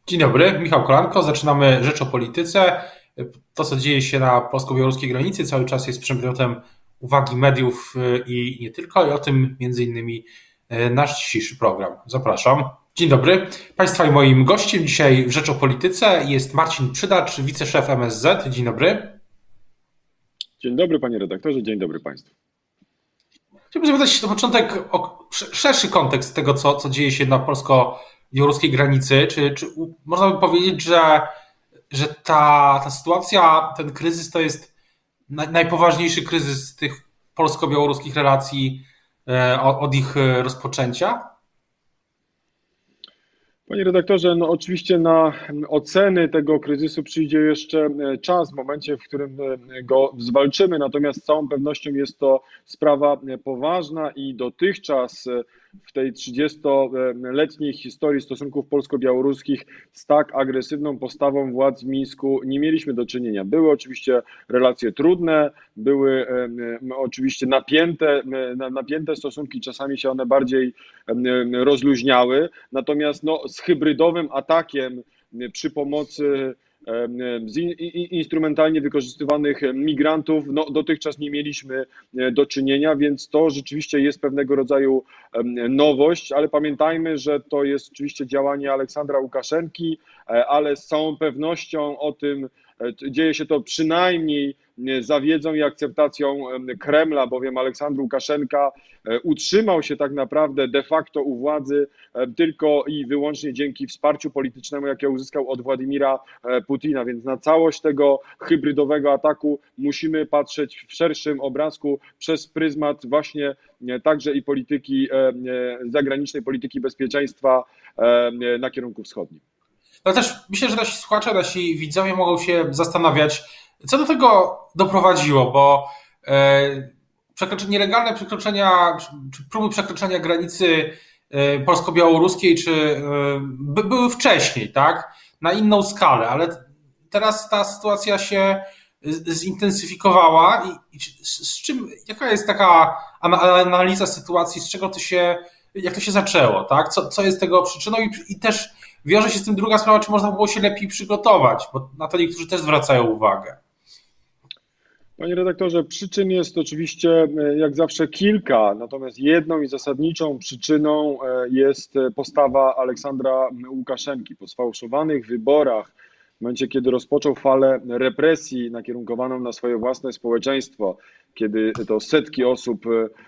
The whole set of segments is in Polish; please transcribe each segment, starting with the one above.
Dzień dobry, Michał Kolanko. Zaczynamy Rzecz o Polityce. To, co dzieje się na polsko-białoruskiej granicy, cały czas jest przedmiotem uwagi mediów i nie tylko, i o tym między innymi nasz dzisiejszy program. Zapraszam. Dzień dobry. Państwa i moim gościem dzisiaj w Rzecz o Polityce jest Marcin Przydacz, wiceszef MSZ. Dzień dobry. Dzień dobry, panie redaktorze, dzień dobry państwu. Chciałbym zapytać na początek o szerszy kontekst tego, co dzieje się na polsko-białoruskiej granicy. Czy można by powiedzieć, że ta sytuacja, ten kryzys to jest najpoważniejszy kryzys tych polsko-białoruskich relacji od ich rozpoczęcia? Panie redaktorze, no oczywiście na oceny tego kryzysu przyjdzie jeszcze czas w momencie, w którym go zwalczymy, natomiast z całą pewnością jest to sprawa poważna i dotychczas w tej 30-letniej historii stosunków polsko-białoruskich z tak agresywną postawą władz w Mińsku nie mieliśmy do czynienia. Były oczywiście relacje trudne, były oczywiście napięte stosunki, czasami się one bardziej rozluźniały, natomiast no, z hybrydowym atakiem przy pomocy instrumentalnie wykorzystywanych migrantów no, dotychczas nie mieliśmy do czynienia, więc to rzeczywiście jest pewnego rodzaju nowość, ale pamiętajmy, że to jest oczywiście działanie Aleksandra Łukaszenki, ale z całą pewnością o tym dzieje się to przynajmniej za wiedzą i akceptacją Kremla, bowiem Aleksandr Łukaszenka utrzymał się tak naprawdę de facto u władzy tylko i wyłącznie dzięki wsparciu politycznemu, jakie uzyskał od Władimira Putina, więc na całość tego hybrydowego ataku musimy patrzeć w szerszym obrazku przez pryzmat właśnie także i polityki zagranicznej, polityki bezpieczeństwa na kierunku wschodnim. No też myślę, że nasi słuchacze, nasi widzowie mogą się zastanawiać, co do tego doprowadziło, bo nielegalne przekroczenia, czy próby przekroczenia granicy polsko-białoruskiej, były wcześniej, tak? Na inną skalę, ale teraz ta sytuacja się zintensyfikowała jaka jest taka analiza sytuacji, jak to się zaczęło, tak? Co jest tego przyczyną i też wiąże się z tym druga sprawa, czy można było się lepiej przygotować, bo na to niektórzy też zwracają uwagę. Panie redaktorze, przyczyn jest oczywiście jak zawsze kilka, natomiast jedną i zasadniczą przyczyną jest postawa Aleksandra Łukaszenki. Po sfałszowanych wyborach, w momencie kiedy rozpoczął falę represji nakierunkowaną na swoje własne społeczeństwo, kiedy to setki osób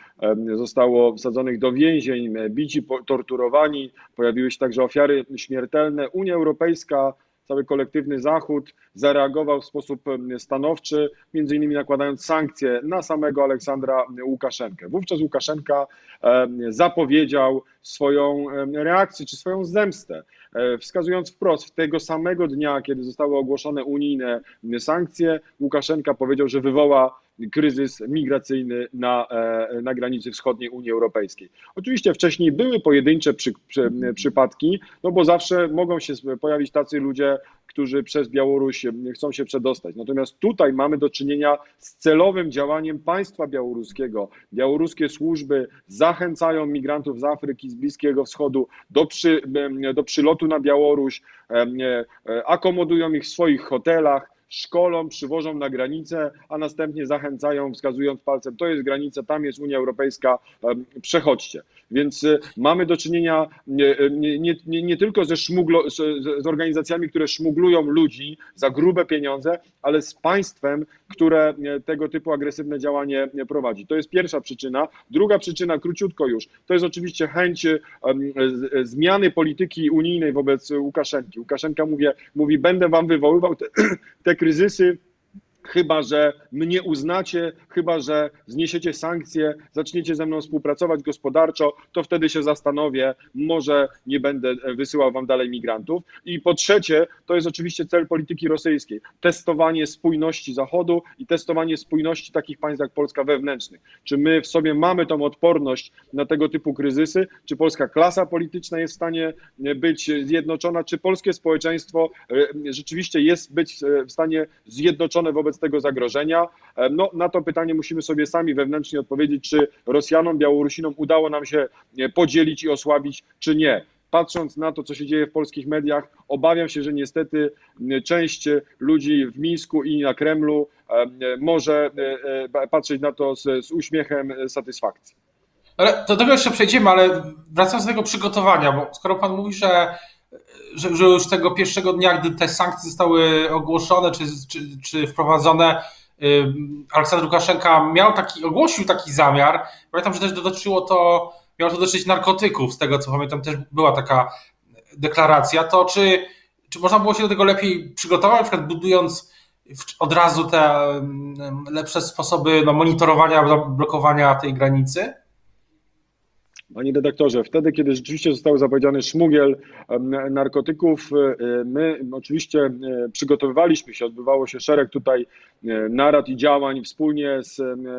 zostało wsadzonych do więzień, bici, torturowani, pojawiły się także ofiary śmiertelne, Unia Europejska, cały kolektywny Zachód zareagował w sposób stanowczy, między innymi nakładając sankcje na samego Aleksandra Łukaszenkę. Wówczas Łukaszenka zapowiedział swoją reakcję czy swoją zemstę, wskazując wprost, tego samego dnia, kiedy zostały ogłoszone unijne sankcje, Łukaszenka powiedział, że wywoła kryzys migracyjny na granicy wschodniej Unii Europejskiej. Oczywiście wcześniej były pojedyncze przypadki, no bo zawsze mogą się pojawić tacy ludzie, którzy przez Białoruś chcą się przedostać. Natomiast tutaj mamy do czynienia z celowym działaniem państwa białoruskiego. Białoruskie służby zachęcają migrantów z Afryki, z Bliskiego Wschodu do przylotu na Białoruś, akomodują ich w swoich hotelach, szkolą, przywożą na granicę, a następnie zachęcają, wskazując palcem, to jest granica, tam jest Unia Europejska, przechodźcie. Więc mamy do czynienia nie tylko z organizacjami, które szmuglują ludzi za grube pieniądze, ale z państwem, które tego typu agresywne działanie prowadzi. To jest pierwsza przyczyna. Druga przyczyna, króciutko już, to jest oczywiście chęć zmiany polityki unijnej wobec Łukaszenki. Łukaszenka mówi, będę wam wywoływał te kryzysy, chyba że mnie uznacie, chyba że zniesiecie sankcje, zaczniecie ze mną współpracować gospodarczo, to wtedy się zastanowię, może nie będę wysyłał wam dalej migrantów. I po trzecie, to jest oczywiście cel polityki rosyjskiej, testowanie spójności Zachodu i testowanie spójności takich państw jak Polska wewnętrznych. Czy my w sobie mamy tą odporność na tego typu kryzysy, czy polska klasa polityczna jest w stanie być zjednoczona, czy polskie społeczeństwo rzeczywiście jest w stanie zjednoczone wobec tego zagrożenia? No, na to pytanie musimy sobie sami wewnętrznie odpowiedzieć, czy Rosjanom, Białorusinom udało nam się podzielić i osłabić, czy nie. patrząc na to, co się dzieje w polskich mediach, obawiam się, że niestety część ludzi w Mińsku i na Kremlu może patrzeć na to z uśmiechem satysfakcji. Ale do tego jeszcze przejdziemy, ale wracając do tego przygotowania, bo skoro pan mówi, że już tego pierwszego dnia, gdy te sankcje zostały ogłoszone czy wprowadzone, Aleksander Łukaszenka ogłosił taki zamiar. Pamiętam, że też miało to dotyczyć narkotyków, z tego co pamiętam też była taka deklaracja. To czy można było się do tego lepiej przygotować, na przykład budując od razu te lepsze sposoby monitorowania, blokowania tej granicy? Panie redaktorze, wtedy, kiedy rzeczywiście został zapowiedziany szmugiel narkotyków, my oczywiście przygotowywaliśmy się, odbywało się szereg tutaj narad i działań wspólnie z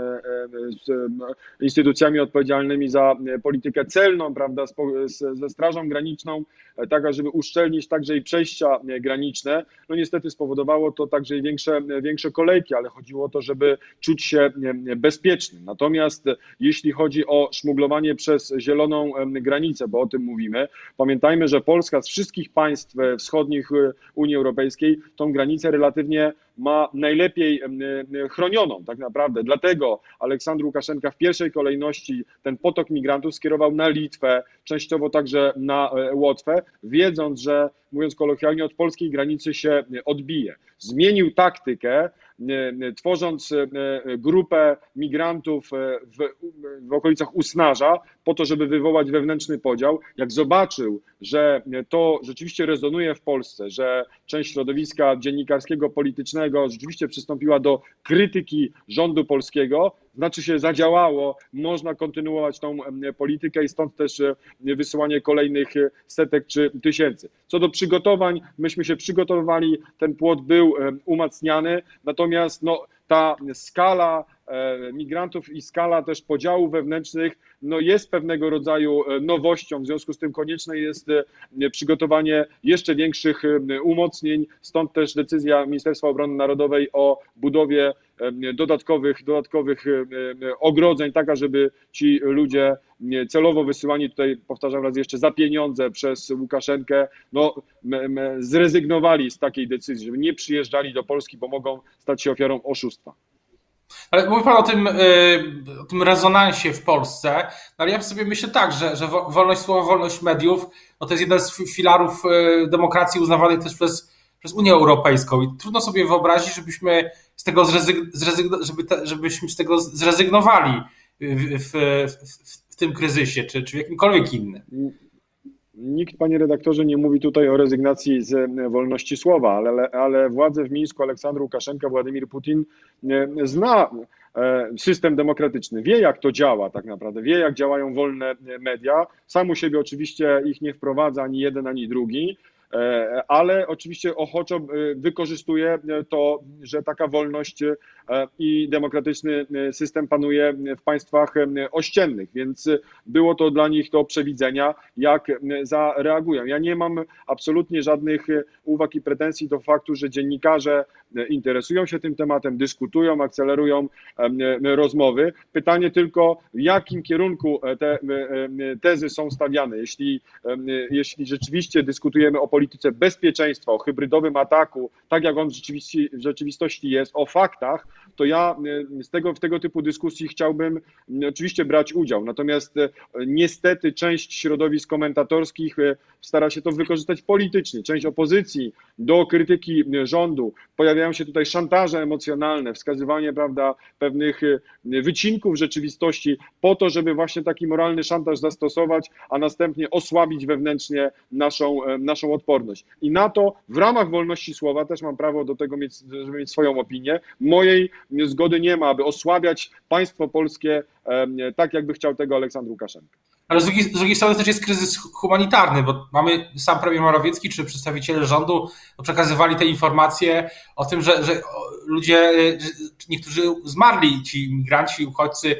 instytucjami odpowiedzialnymi za politykę celną, prawda, ze Strażą Graniczną, tak żeby uszczelnić także i przejścia graniczne. No niestety spowodowało to także i większe kolejki, ale chodziło o to, żeby czuć się bezpiecznym. Natomiast jeśli chodzi o szmuglowanie przez zieloną granicę, bo o tym mówimy, pamiętajmy, że Polska z wszystkich państw wschodnich Unii Europejskiej tą granicę relatywnie ma najlepiej chronioną tak naprawdę. Dlatego Aleksander Łukaszenka w pierwszej kolejności ten potok migrantów skierował na Litwę, częściowo także na Łotwę, wiedząc, że, mówiąc kolokwialnie, od polskiej granicy się odbije. Zmienił taktykę, tworząc grupę migrantów w okolicach Usnarza po to, żeby wywołać wewnętrzny podział. Jak zobaczył, że to rzeczywiście rezonuje w Polsce, że część środowiska dziennikarskiego, politycznego rzeczywiście przystąpiła do krytyki rządu polskiego, znaczy się zadziałało, można kontynuować tą politykę i stąd też wysyłanie kolejnych setek czy tysięcy. Co do przygotowań, myśmy się przygotowywali, ten płot był umacniany, natomiast ta skala migrantów i skala też podziałów wewnętrznych jest pewnego rodzaju nowością, w związku z tym konieczne jest przygotowanie jeszcze większych umocnień, stąd też decyzja Ministerstwa Obrony Narodowej o budowie dodatkowych ogrodzeń, tak żeby ci ludzie celowo wysyłani tutaj, powtarzam raz jeszcze, za pieniądze przez Łukaszenkę, zrezygnowali z takiej decyzji, żeby nie przyjeżdżali do Polski, bo mogą stać się ofiarą oszustwa. Ale mówi pan o tym rezonansie w Polsce, ale ja sobie myślę tak, że wolność słowa, wolność mediów to jest jeden z filarów demokracji uznawanych też przez Unię Europejską i trudno sobie wyobrazić, żebyśmy z tego zrezygnowali w tym kryzysie, czy w jakimkolwiek innym. Nikt, panie redaktorze, nie mówi tutaj o rezygnacji z wolności słowa, ale władze w Mińsku, Aleksander Łukaszenka, Władimir Putin zna system demokratyczny, wie jak to działa tak naprawdę, wie jak działają wolne media, sam u siebie oczywiście ich nie wprowadza ani jeden, ani drugi, ale oczywiście ochoczo wykorzystuje to, że taka wolność i demokratyczny system panuje w państwach ościennych, więc było to dla nich do przewidzenia, jak zareagują. Ja nie mam absolutnie żadnych uwag i pretensji do faktu, że dziennikarze interesują się tym tematem, dyskutują, akcelerują rozmowy. Pytanie tylko, w jakim kierunku te tezy są stawiane. Jeśli rzeczywiście dyskutujemy o polityce bezpieczeństwa, o hybrydowym ataku, tak jak on w rzeczywistości jest, o faktach, to ja w tego typu dyskusji chciałbym oczywiście brać udział. Natomiast niestety część środowisk komentatorskich stara się to wykorzystać politycznie. Część opozycji do krytyki rządu. Pojawiają się tutaj szantaże emocjonalne, wskazywanie, prawda, pewnych wycinków rzeczywistości po to, żeby właśnie taki moralny szantaż zastosować, a następnie osłabić wewnętrznie naszą odporność. I na to w ramach wolności słowa też mam prawo do tego żeby mieć swoją opinię. Mojej zgody nie ma, aby osłabiać państwo polskie tak, jakby chciał tego Aleksander Łukaszenka. Ale z drugiej strony też jest kryzys humanitarny, bo sam premier Morawiecki czy przedstawiciele rządu przekazywali te informacje o tym, że ludzie, niektórzy zmarli, ci migranci, uchodźcy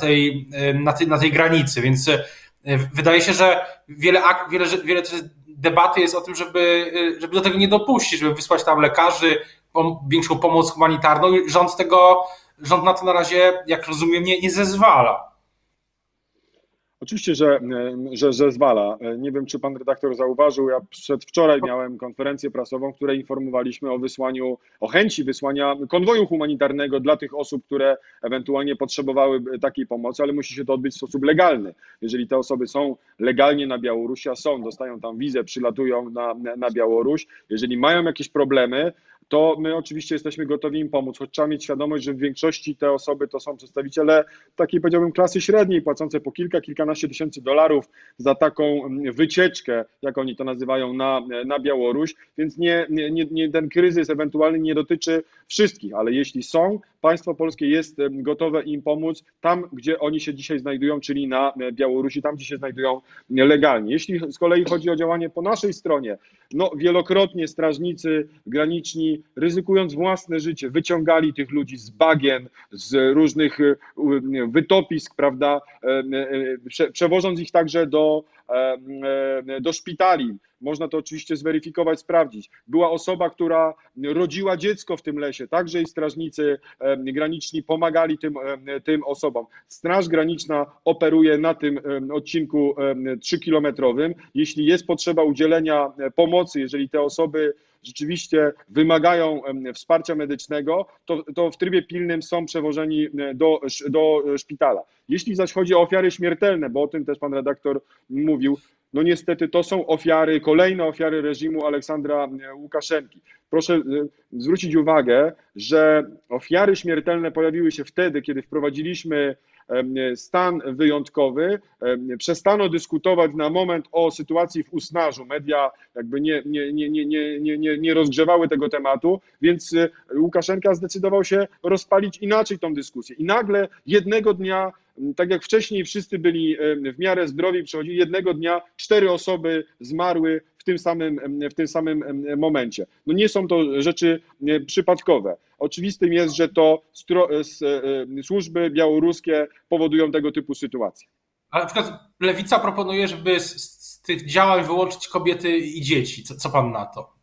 na tej granicy, więc wydaje się, że wiele debaty jest o tym, żeby do tego nie dopuścić, żeby wysłać tam lekarzy, większą pomoc humanitarną i rząd na to na razie, jak rozumiem, nie zezwala. Oczywiście, że zwala. Nie wiem, czy pan redaktor zauważył, ja przedwczoraj miałem konferencję prasową, w której informowaliśmy o wysłaniu, o chęci wysłania konwoju humanitarnego dla tych osób, które ewentualnie potrzebowały takiej pomocy, ale musi się to odbyć w sposób legalny. Jeżeli te osoby są legalnie na Białorusi, a są, dostają tam wizę, przylatują na Białoruś, jeżeli mają jakieś problemy, to my oczywiście jesteśmy gotowi im pomóc, choć trzeba mieć świadomość, że w większości te osoby to są przedstawiciele takiej, powiedziałbym, klasy średniej, płacące po kilkanaście tysięcy dolarów za taką wycieczkę, jak oni to nazywają, na Białoruś, więc ten kryzys ewentualny nie dotyczy wszystkich, ale jeśli są, państwo polskie jest gotowe im pomóc tam, gdzie oni się dzisiaj znajdują, czyli na Białorusi, tam, gdzie się znajdują legalnie. Jeśli z kolei chodzi o działanie po naszej stronie, no wielokrotnie strażnicy graniczni, ryzykując własne życie, wyciągali tych ludzi z bagien, z różnych wytopisk, prawda, przewożąc ich także do szpitali. Można to oczywiście zweryfikować, sprawdzić. Była osoba, która rodziła dziecko w tym lesie, także i strażnicy graniczni pomagali tym osobom. Straż Graniczna operuje na tym odcinku 3-kilometrowym. Jeśli jest potrzeba udzielenia pomocy, jeżeli te osoby rzeczywiście wymagają wsparcia medycznego, to w trybie pilnym są przewożeni do szpitala. Jeśli zaś chodzi o ofiary śmiertelne, bo o tym też pan redaktor mówił, no niestety to są kolejne ofiary reżimu Aleksandra Łukaszenki. Proszę zwrócić uwagę, że ofiary śmiertelne pojawiły się wtedy, kiedy wprowadziliśmy stan wyjątkowy, przestano dyskutować na moment o sytuacji w Usnarzu. Media jakby nie rozgrzewały tego tematu, więc Łukaszenka zdecydował się rozpalić inaczej tą dyskusję. I nagle jednego dnia, tak jak wcześniej wszyscy byli w miarę zdrowi, przychodzili, jednego dnia 4 osoby zmarły w tym samym momencie. No nie są to rzeczy przypadkowe. Oczywistym jest, że to służby białoruskie powodują tego typu sytuacje. Ale na przykład Lewica proponuje, żeby z tych działań wyłączyć kobiety i dzieci. Co pan na to?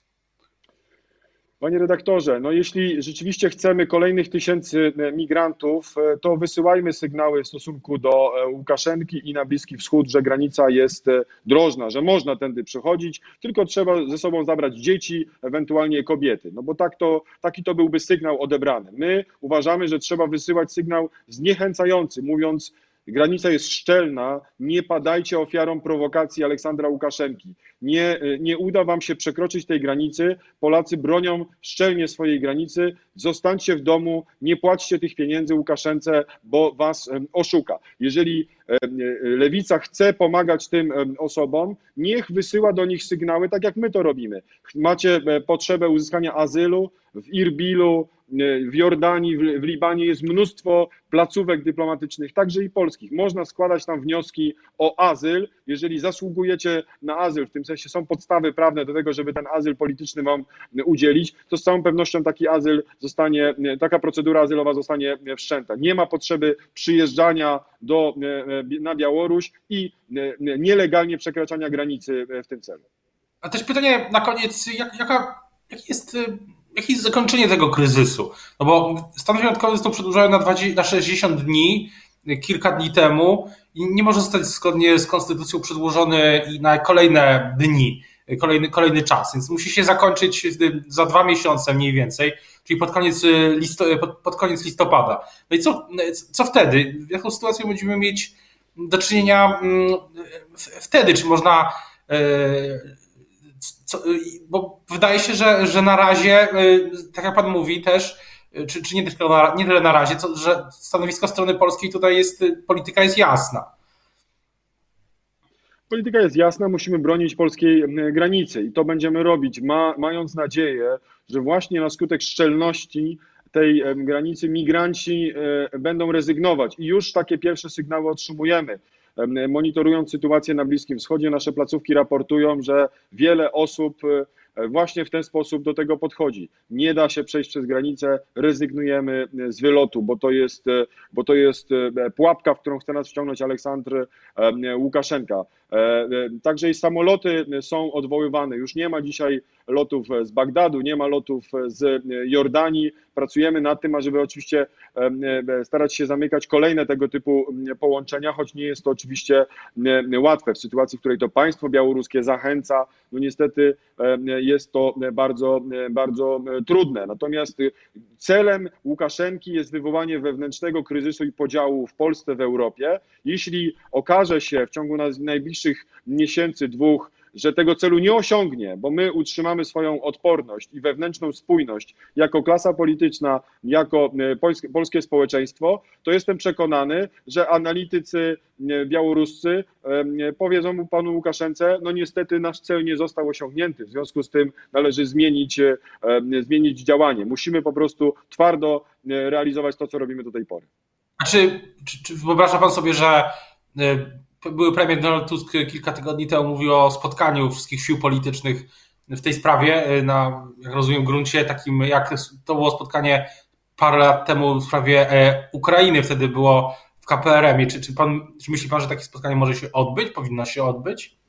Panie redaktorze, no jeśli rzeczywiście chcemy kolejnych tysięcy migrantów, to wysyłajmy sygnały w stosunku do Łukaszenki i na Bliski Wschód, że granica jest drożna, że można tędy przechodzić, tylko trzeba ze sobą zabrać dzieci, ewentualnie kobiety, no bo taki to byłby sygnał odebrany. My uważamy, że trzeba wysyłać sygnał zniechęcający, mówiąc: granica jest szczelna, nie padajcie ofiarą prowokacji Aleksandra Łukaszenki. Nie uda wam się przekroczyć tej granicy. Polacy bronią szczelnie swojej granicy. Zostańcie w domu, nie płaćcie tych pieniędzy Łukaszence, bo was oszuka. Jeżeli Lewica chce pomagać tym osobom, niech wysyła do nich sygnały, tak jak my to robimy. Macie potrzebę uzyskania azylu w Irbilu, w Jordanii, w Libanie jest mnóstwo placówek dyplomatycznych, także i polskich. Można składać tam wnioski o azyl, jeżeli zasługujecie na azyl, w tym sensie są podstawy prawne do tego, żeby ten azyl polityczny wam udzielić, to z całą pewnością taka procedura azylowa zostanie wszczęta. Nie ma potrzeby przyjeżdżania na Białoruś i nielegalnie przekraczania granicy w tym celu. A też pytanie na koniec, jakie jest zakończenie tego kryzysu? No bo stan wyjątkowy został przedłużony na 60 dni, kilka dni temu i nie może zostać zgodnie z konstytucją przedłużony i na kolejne dni, kolejny czas, więc musi się zakończyć za 2 miesiące mniej więcej, czyli pod koniec listopada. No i co wtedy? Jaką sytuacją będziemy mieć do czynienia wtedy? Czy można... bo wydaje się, że na razie, tak jak pan mówi też, czy nie tyle na razie, że stanowisko strony polskiej tutaj polityka jest jasna. Polityka jest jasna, musimy bronić polskiej granicy i to będziemy robić, mając nadzieję, że właśnie na skutek szczelności tej granicy migranci będą rezygnować i już takie pierwsze sygnały otrzymujemy. Monitorując sytuację na Bliskim Wschodzie, nasze placówki raportują, że wiele osób właśnie w ten sposób do tego podchodzi. Nie da się przejść przez granicę, rezygnujemy z wylotu, bo to jest pułapka, w którą chce nas wciągnąć Aleksandr Łukaszenka. Także i samoloty są odwoływane. Już nie ma dzisiaj lotów z Bagdadu, nie ma lotów z Jordanii. Pracujemy nad tym, ażeby oczywiście starać się zamykać kolejne tego typu połączenia, choć nie jest to oczywiście łatwe. W sytuacji, w której to państwo białoruskie zachęca, no niestety jest to bardzo, bardzo trudne. Natomiast celem Łukaszenki jest wywołanie wewnętrznego kryzysu i podziału w Polsce, w Europie. Jeśli okaże się w ciągu najbliższych miesięcy, dwóch, że tego celu nie osiągnie, bo my utrzymamy swoją odporność i wewnętrzną spójność jako klasa polityczna, jako polskie społeczeństwo, to jestem przekonany, że analitycy białoruscy powiedzą panu Łukaszence, no niestety nasz cel nie został osiągnięty, w związku z tym należy zmienić działanie. Musimy po prostu twardo realizować to, co robimy do tej pory. A czy wyobraża pan sobie, że były premier Donald Tusk kilka tygodni temu mówił o spotkaniu wszystkich sił politycznych w tej sprawie, na, jak rozumiem, gruncie takim, jak to było spotkanie parę lat temu w sprawie Ukrainy, wtedy było w KPRM-ie. Czy myśli pan, że takie spotkanie może się odbyć, powinno się odbyć?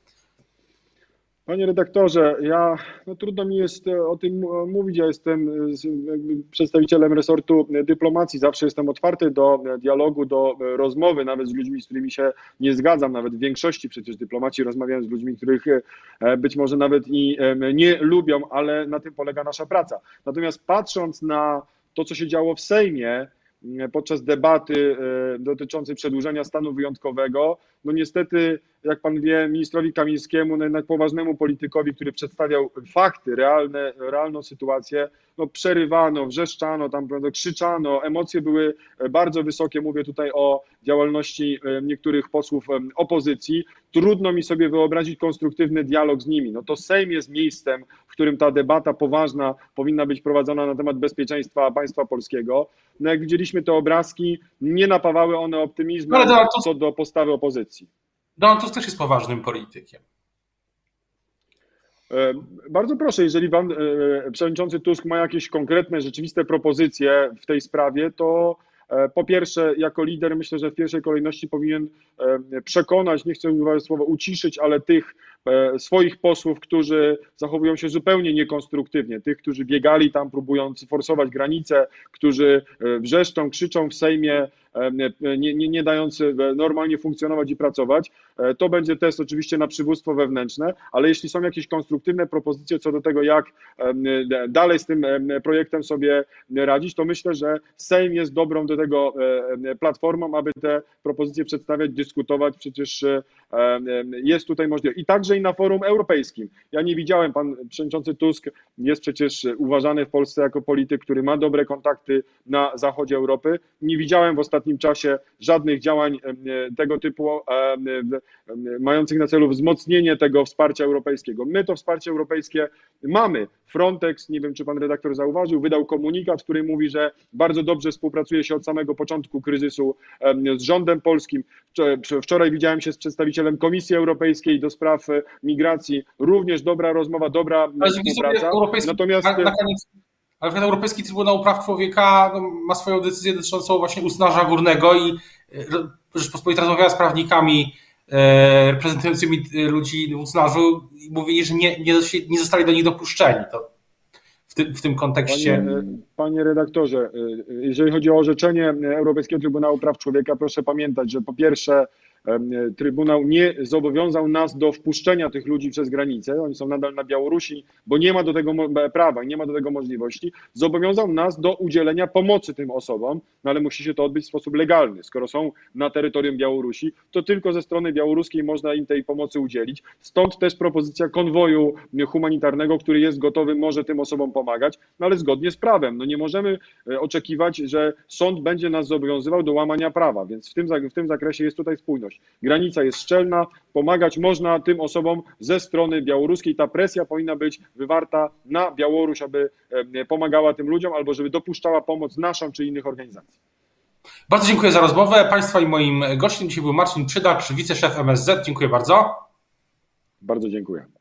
Panie redaktorze, trudno mi jest o tym mówić, ja jestem przedstawicielem resortu dyplomacji, zawsze jestem otwarty do dialogu, do rozmowy, nawet z ludźmi, z którymi się nie zgadzam, nawet w większości przecież dyplomaci rozmawiają z ludźmi, których być może nawet i nie lubią, ale na tym polega nasza praca. Natomiast patrząc na to, co się działo w Sejmie, podczas debaty dotyczącej przedłużenia stanu wyjątkowego, no niestety, jak pan wie, ministrowi Kamińskiemu, no jednak poważnemu politykowi, który przedstawiał fakty, realną sytuację, no przerywano, wrzeszczano, tam krzyczano, emocje były bardzo wysokie, mówię tutaj o działalności niektórych posłów opozycji. Trudno mi sobie wyobrazić konstruktywny dialog z nimi. No to Sejm jest miejscem, w którym ta debata poważna powinna być prowadzona na temat bezpieczeństwa państwa polskiego. No jak widzieliśmy te obrazki, nie napawały one optymizmem co do postawy opozycji. Donald Tusk też jest poważnym politykiem. Bardzo proszę, jeżeli pan przewodniczący Tusk ma jakieś konkretne, rzeczywiste propozycje w tej sprawie, to po pierwsze, jako lider myślę, że w pierwszej kolejności powinien przekonać, nie chcę używać słowa uciszyć, ale tych swoich posłów, którzy zachowują się zupełnie niekonstruktywnie, tych, którzy biegali tam próbując forsować granice, którzy wrzeszczą, krzyczą w Sejmie, nie dając normalnie funkcjonować i pracować. To będzie test oczywiście na przywództwo wewnętrzne, ale jeśli są jakieś konstruktywne propozycje co do tego, jak dalej z tym projektem sobie radzić, to myślę, że Sejm jest dobrą do tego platformą, aby te propozycje przedstawiać, dyskutować. Przecież jest tutaj możliwość. I także i na forum europejskim. Ja nie widziałem, pan przewodniczący Tusk jest przecież uważany w Polsce jako polityk, który ma dobre kontakty na zachodzie Europy. Nie widziałem w ostatnim czasie żadnych działań tego typu mających na celu wzmocnienie tego wsparcia europejskiego. My to wsparcie europejskie mamy. Frontex, nie wiem czy pan redaktor zauważył, wydał komunikat, który mówi, że bardzo dobrze współpracuje się od samego początku kryzysu z rządem polskim. Wczoraj widziałem się z przedstawicielem Komisji Europejskiej do spraw migracji. Również dobra rozmowa, dobra współpraca. Natomiast ale Europejski Trybunał Praw Człowieka ma swoją decyzję dotyczącą właśnie Usnarza Górnego i Rzeczpospolita rozmawiała z prawnikami reprezentującymi ludzi w Usnarzu i mówili, że nie zostali do nich dopuszczeni. To w tym kontekście. Panie redaktorze, jeżeli chodzi o orzeczenie Europejskiego Trybunału Praw Człowieka, proszę pamiętać, że po pierwsze Trybunał nie zobowiązał nas do wpuszczenia tych ludzi przez granicę, oni są nadal na Białorusi, bo nie ma do tego prawa, nie ma do tego możliwości. Zobowiązał nas do udzielenia pomocy tym osobom, no ale musi się to odbyć w sposób legalny. Skoro są na terytorium Białorusi, to tylko ze strony białoruskiej można im tej pomocy udzielić. Stąd też propozycja konwoju humanitarnego, który jest gotowy, może tym osobom pomagać, no ale zgodnie z prawem. No nie możemy oczekiwać, że sąd będzie nas zobowiązywał do łamania prawa, więc w tym zakresie jest tutaj spójność. Granica jest szczelna, pomagać można tym osobom ze strony białoruskiej. Ta presja powinna być wywarta na Białoruś, aby pomagała tym ludziom albo żeby dopuszczała pomoc naszą czy innych organizacji. Bardzo dziękuję za rozmowę. Państwa i moim gościem dzisiaj był Marcin Przydacz, wiceszef MSZ. Dziękuję bardzo. Bardzo dziękuję.